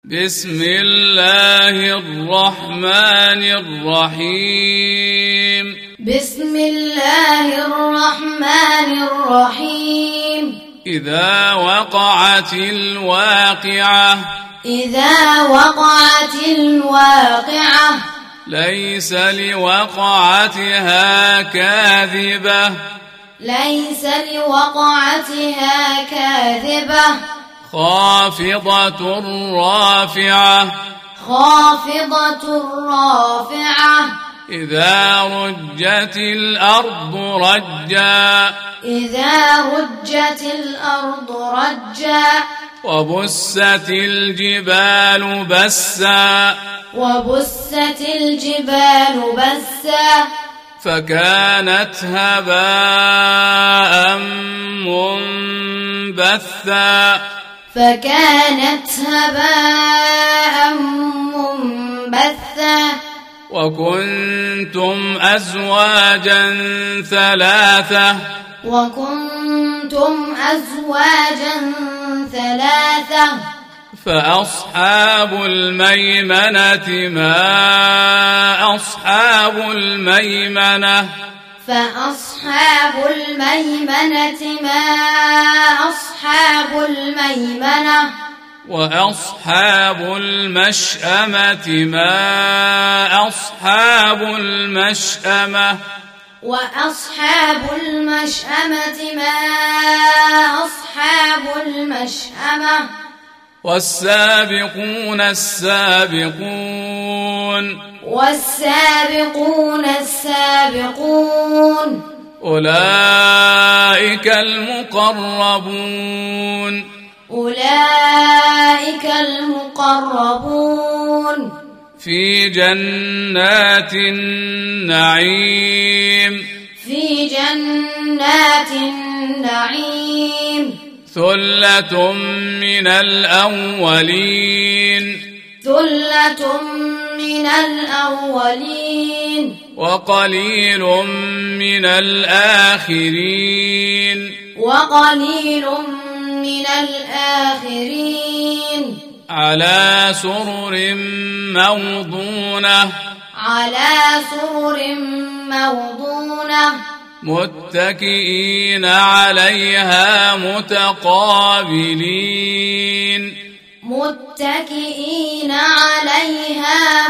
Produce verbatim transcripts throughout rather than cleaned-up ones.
بسم الله الرحمن الرحيم بسم الله الرحمن الرحيم إذا وقعت الواقعة إذا وقعت الواقعة ليس لوقعتها كاذبة ليس لوقعتها كاذبة خافضة رافعة خافضة رافعة إذا رجت الأرض رجا إذا رجت الأرض رجا وبست الجبال بسا وبست الجبال بسا فكانت هباء منبثا فكانت هباء منبثا وكنتم أزواجا ثلاثة وكنتم أزواجا ثلاثة فأصحاب الميمنة ما أصحاب الميمنة فأصحاب الميمنة ما أصحاب الميمنة وأصحاب المشأمة ما أصحاب المشأمة وأصحاب المشأمة ما أصحاب المشأمة والسابقون السابقون والسابقون السابقون أولئك المقربون أولئك المقربون في جنات النعيم في جنات النعيم ثلة من الأولين ثلة من الأولين وقليل من الآخرين وقليل من الآخرين على سرر موضونة على سرر موضونة متكئين عليها متقابلين متكئين عليها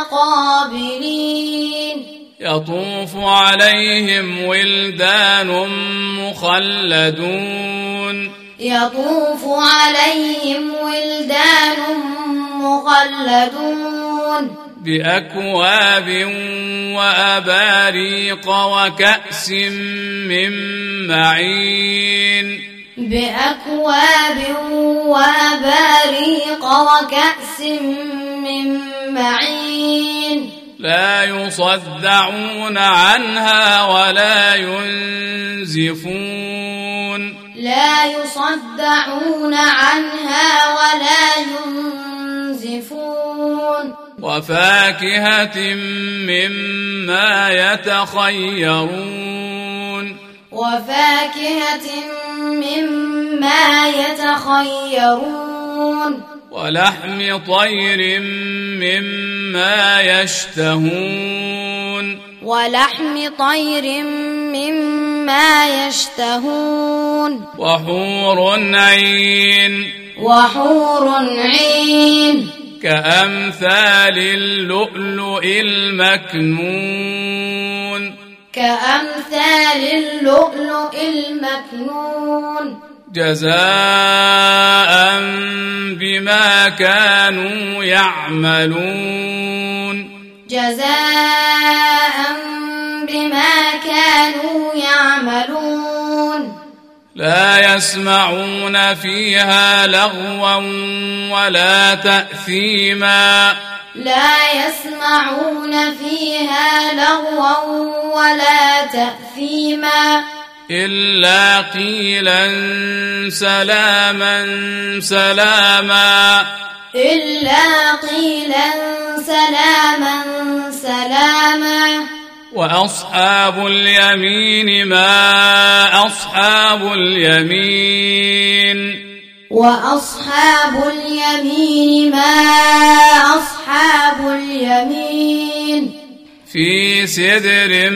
متقابلين يطوف عليهم ولدان مخلدون يطوف عليهم ولدان مخلدون بأكواب وأباريق وكأس من معين بأكواب وأباريق وكأس من معين لا يصدعون عنها ولا ينزفون لا يصدعون عنها ولا ينزفون وفاكهة مما يتخيرون وفاكهة مما يتخيرون ولحم طير مما يشتهون ولحم طير مما يشتهون وحور عين وحور عين كأمثال اللؤلؤ المكنون كأمثال اللؤلؤ المكنون جزاء بما كانوا يعملون جزاء بما كانوا يعملون لا يسمعون فيها لغوا ولا تأثيما لا يسمعون فيها لغوا ولا تأثيما إلا قيلا سلاما سلاما إلا قيلا سلاما سلاما وأصحاب اليمين ما أصحاب اليمين وأصحاب اليمين ما أصحاب اليمين في سدر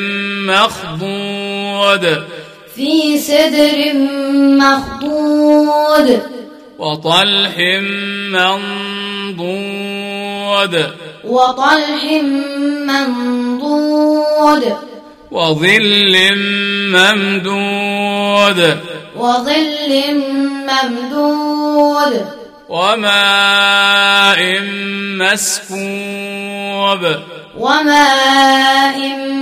مخضود في سدر مخضود وطلح منضود وطلح منضود وظل ممدود وظل ممدود وماء مسكوب وماء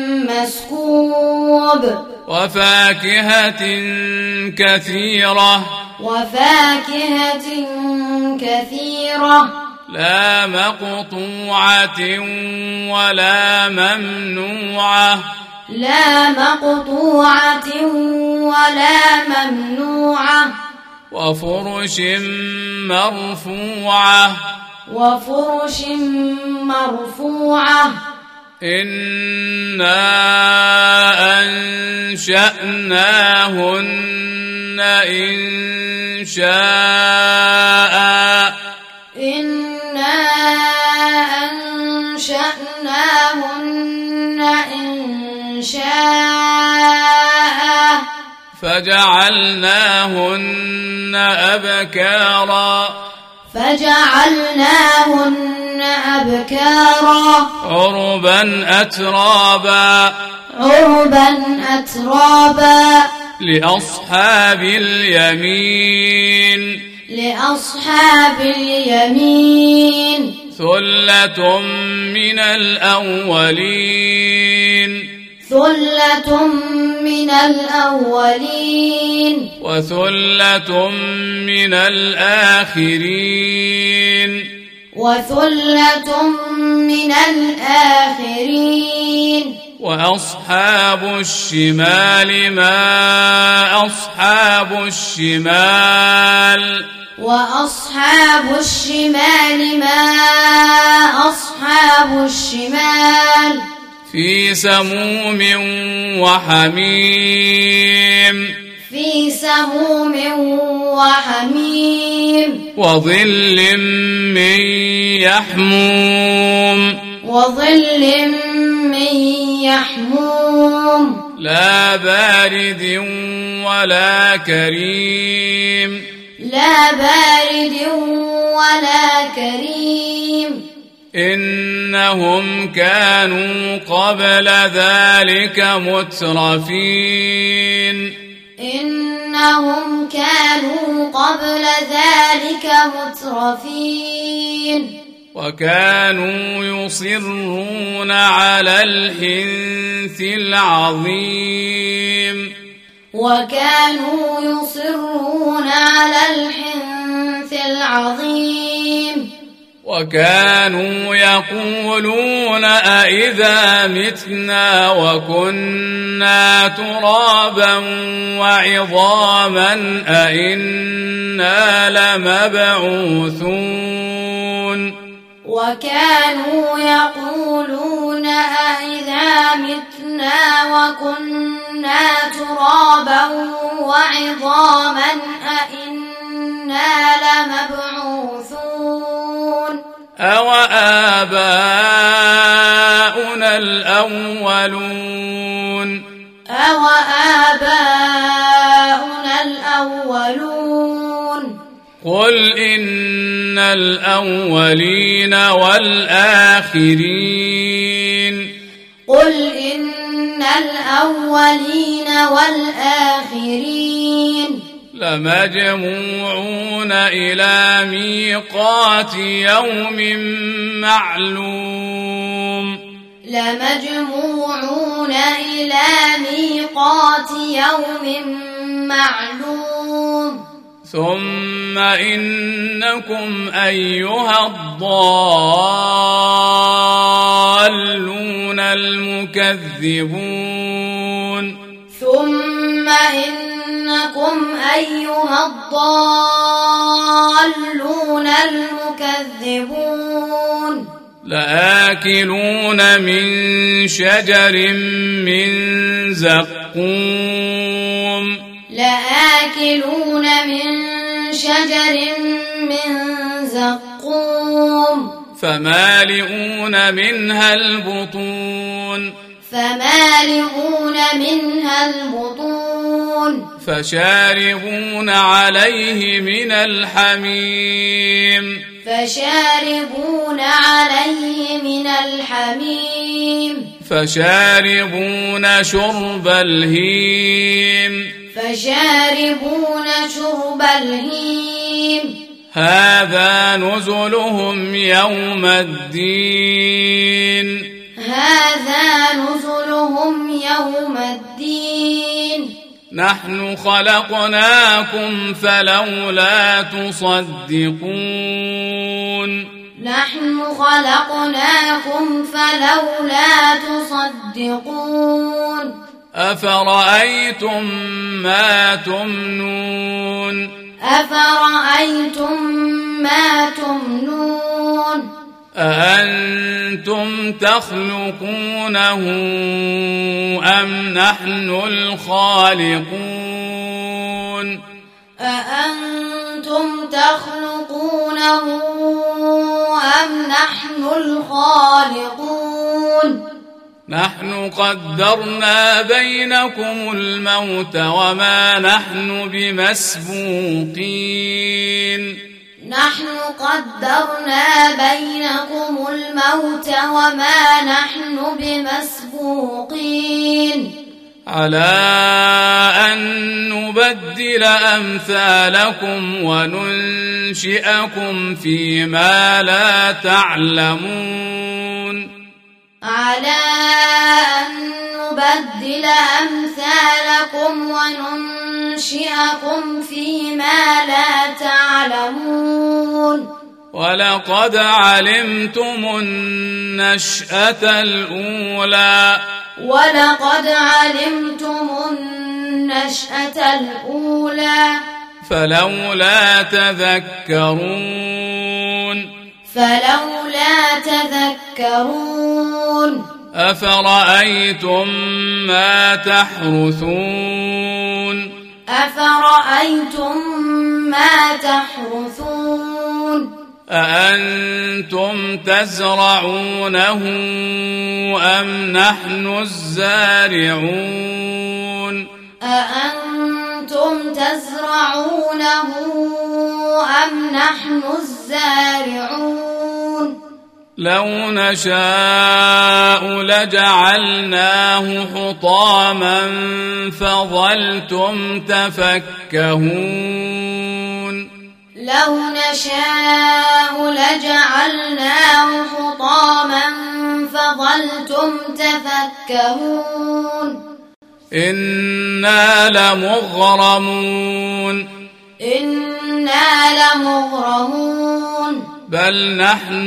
مسكوب وفاكهة كثيرة وفاكهة كثيرة لا مقطوعة ولا ممنوعة لا مقطوعة ولا ممنوعة وفرش مرفوعة وفرش مرفوعة إنا أنشأناهن إنشاء إنا أنشأناهن إنشاء فجعلناهن أبكارا فجعلناهن أبكارا عربا أترابا عربا أترابا لأصحاب اليمين لأصحاب اليمين ثلة من الأولين ثلة من الأولين وثلة من الآخرين وثلة من الآخرين وأصحاب الشمال ما أصحاب الشمال وأصحاب الشمال ما أصحاب الشمال في سموم وحميم في سموم وحميم وظل من يحموم وظل من يحموم لا بارد ولا كريم لا بارد ولا كريم إنهم كانوا قبل ذلك مترفين إنهم كانوا قبل ذلك مترفين وكانوا يصرون على الحنث العظيم وكانوا يصرون على الحنث العظيم وكانوا يقولون أئذا متنا وكنا ترابا وعظاما أئنا لمبعوثون وكانوا يقولون أئذا متنا وكنا ترابا وعظاما أئنا لمبعوثون أو آباؤنا الأولون أو آباؤنا الأولون قل إن الأولين والآخرين قل إن الأولين والآخرين لمجموعون إلى ميقات يوم معلوم لمجموعون إلى ميقات يوم معلوم ثم إنكم أيها الضالون المكذبون ثم إنكم أيها الضالون المكذبون لآكلون من شجر من زقوم لآكلون من شجر من زقوم فمالئون منها البطون فمالئون منها البطون فشاربون عليه من الحميم فشاربون عليه من الحميم فشاربون شرب الهيم فشاربون شرب الهيم هذا نزلهم يوم الدين هذا نزلهم يوم الدين نحن خلقناكم فلولا تصدقون نحن خلقناكم فلولا تصدقون أفرأيتم ما تمنون أفرأيتم ما تمنون أأنتم تخلقونه أم نحن الخالقون أأنتم تخلقونه أم نحن الخالقون نحن قدرنا بينكم الموت وما نحن بمسبوقين نحن قدرنا بينكم الموت وما نحن بمسبوقين على أن نبدل أمثالكم وننشئكم فيما لا تعلمون على أن نبدل أمثالكم وننشئكم فيما لا تعلمون ولقد علمتم النشأة الأولى ولقد علمتم النشأة الأولى فلولا تذكرون فلولا تذكرون أفرأيتم ما تحرثون أفرأيتم ما تحرثون أأنتم تزرعونه أم نحن الزارعون أأنتم تزرعونه أم نحن الزارعون لو نشاء لجعلناه حطاما فظلتم تفكهون لو نشاء لجعلناه حطاما فظلتم تفكهون إنا لمغرمون إنا لمغرمون بل نحن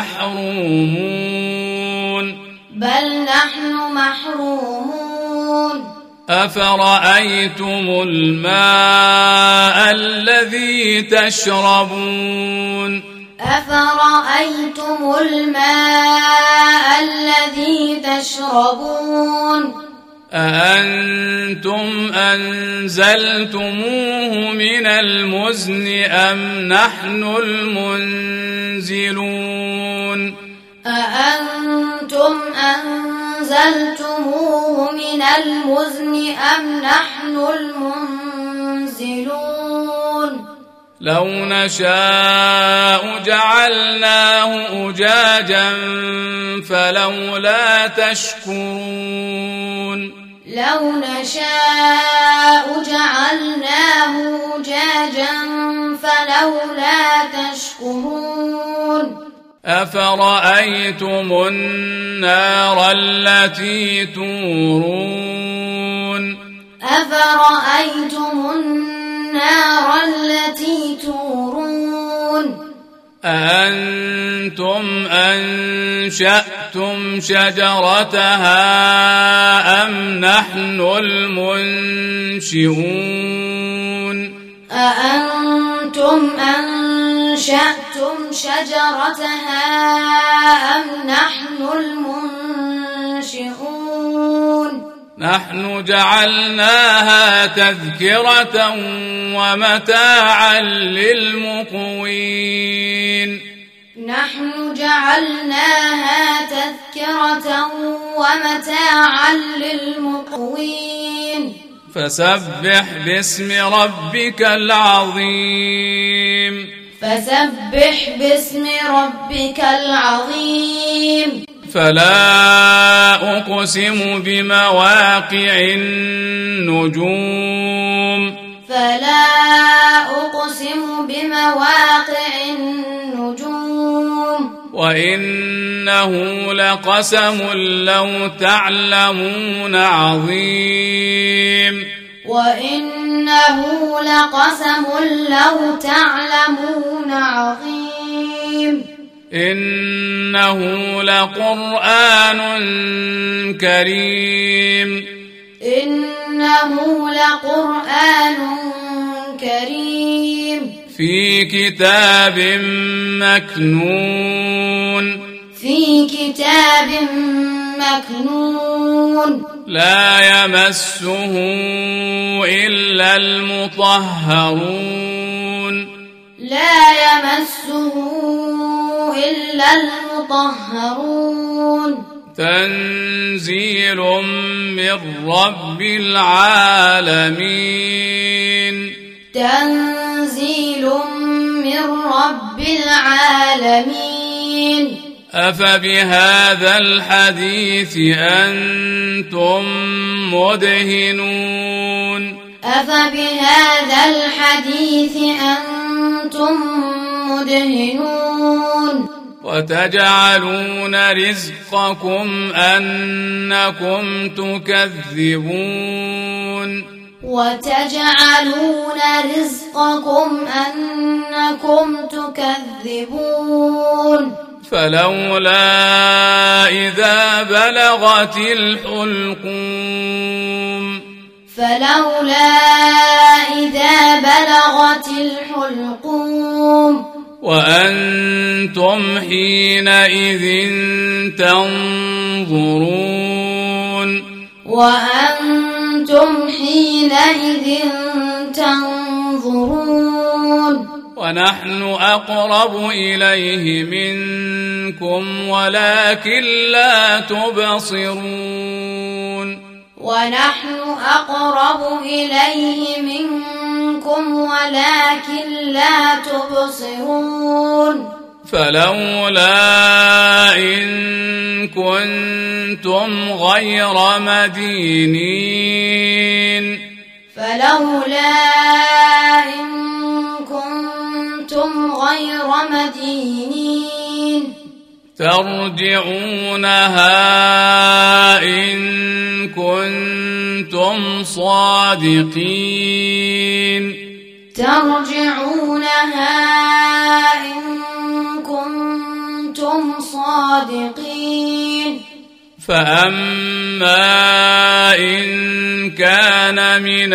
محرومون بل نحن محرومون أفرأيتم الماء الذي تشربون أفرأيتم الماء الذي تشربون أأنتم أنزلتموه من المزن أم نحن المنزلون أأنتم أنزلتموه من المزن أم نحن المنزلون لو نشاء جعلناه أجاجا فلولا تشكرون لو نشاء جعلناه أجاجا فلولا تشكرون أفرأيتم النار التي تورون أفرأيتم النار التي تورون أأنتم أنشأتم شجرتها أم نحن المنشئون أأنتم أنشأتم شجرتها أم نحن المنشئون نحن جعلناها تذكرة ومتاعا للمقوين نحن جعلناها تذكرة ومتاعا للمقوين فسبح باسم ربك العظيم فسبح باسم ربك العظيم فلا أقسم بمواقع النجوم فلا أقسم بمواقع النجوم وإنه لقسم لو تعلمون عظيم وإنه لقسم لو تعلمون عظيم إنه لقرآن كريم إنه لقرآن كريم في كتاب مكنون في كتاب مكنون لا يمسه إلا المطهرون لا يمسه إلا المطهرون تنزيل من رب العالمين تنزيل من رب العالمين أفبهذا الحديث أنتم مدهنون أفبهذا الحديث أنتم مدهنون وتجعلون رزقكم أنكم تكذبون وتجعلون رزقكم أنكم تكذبون فلولا إذا بلغت الحلقوم فلولا إذا بلغت الحلقوم وأنتم حينئذ تنظرون وأنتم حينئذ تنظرون ونحن أقرب إليه منكم ولكن لا تبصرون ونحن أقرب إليه منكم ولكن لا تبصرون فلولا إن كنتم غير مدينين فلولا إن كنتم غير مدينين ترجعونها إن كنتم صادقين ترجعونها إن كنتم صادقين فأما إن كان من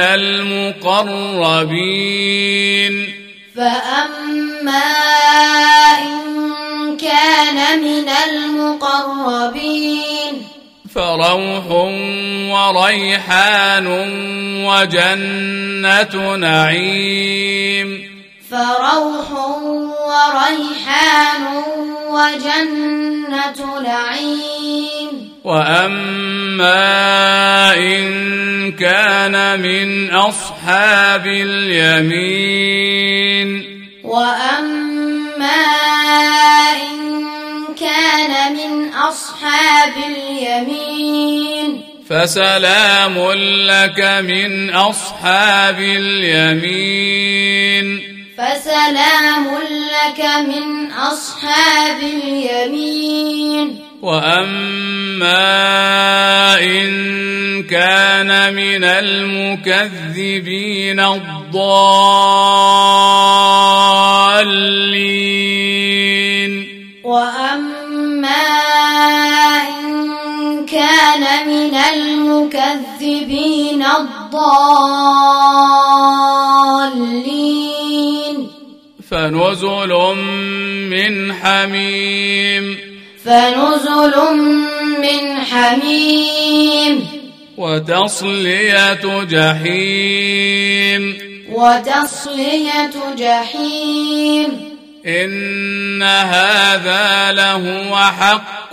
المقربين فأما إن كان من المقربين فروح وريحان وجنة نعيم فروح وريحان وجنة نعيم وأما إن كان من أصحاب اليمين وأما إن كان من أصحاب اليمين فسلام لك من أصحاب اليمين فسلام لك من أصحاب اليمين وأما إن كان من المكذبين الضالين وأما إن كان من المكذبين الضالين فنزل من حميم فنزل من حميم وتصلية جحيم وتصلية جحيم إن هذا لهو حق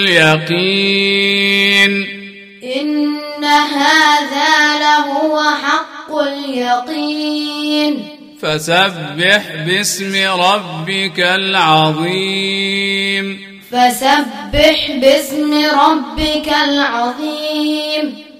اليقين إن هذا لهو حق اليقين فسبح باسم ربك العظيم فسبح باسم ربك العظيم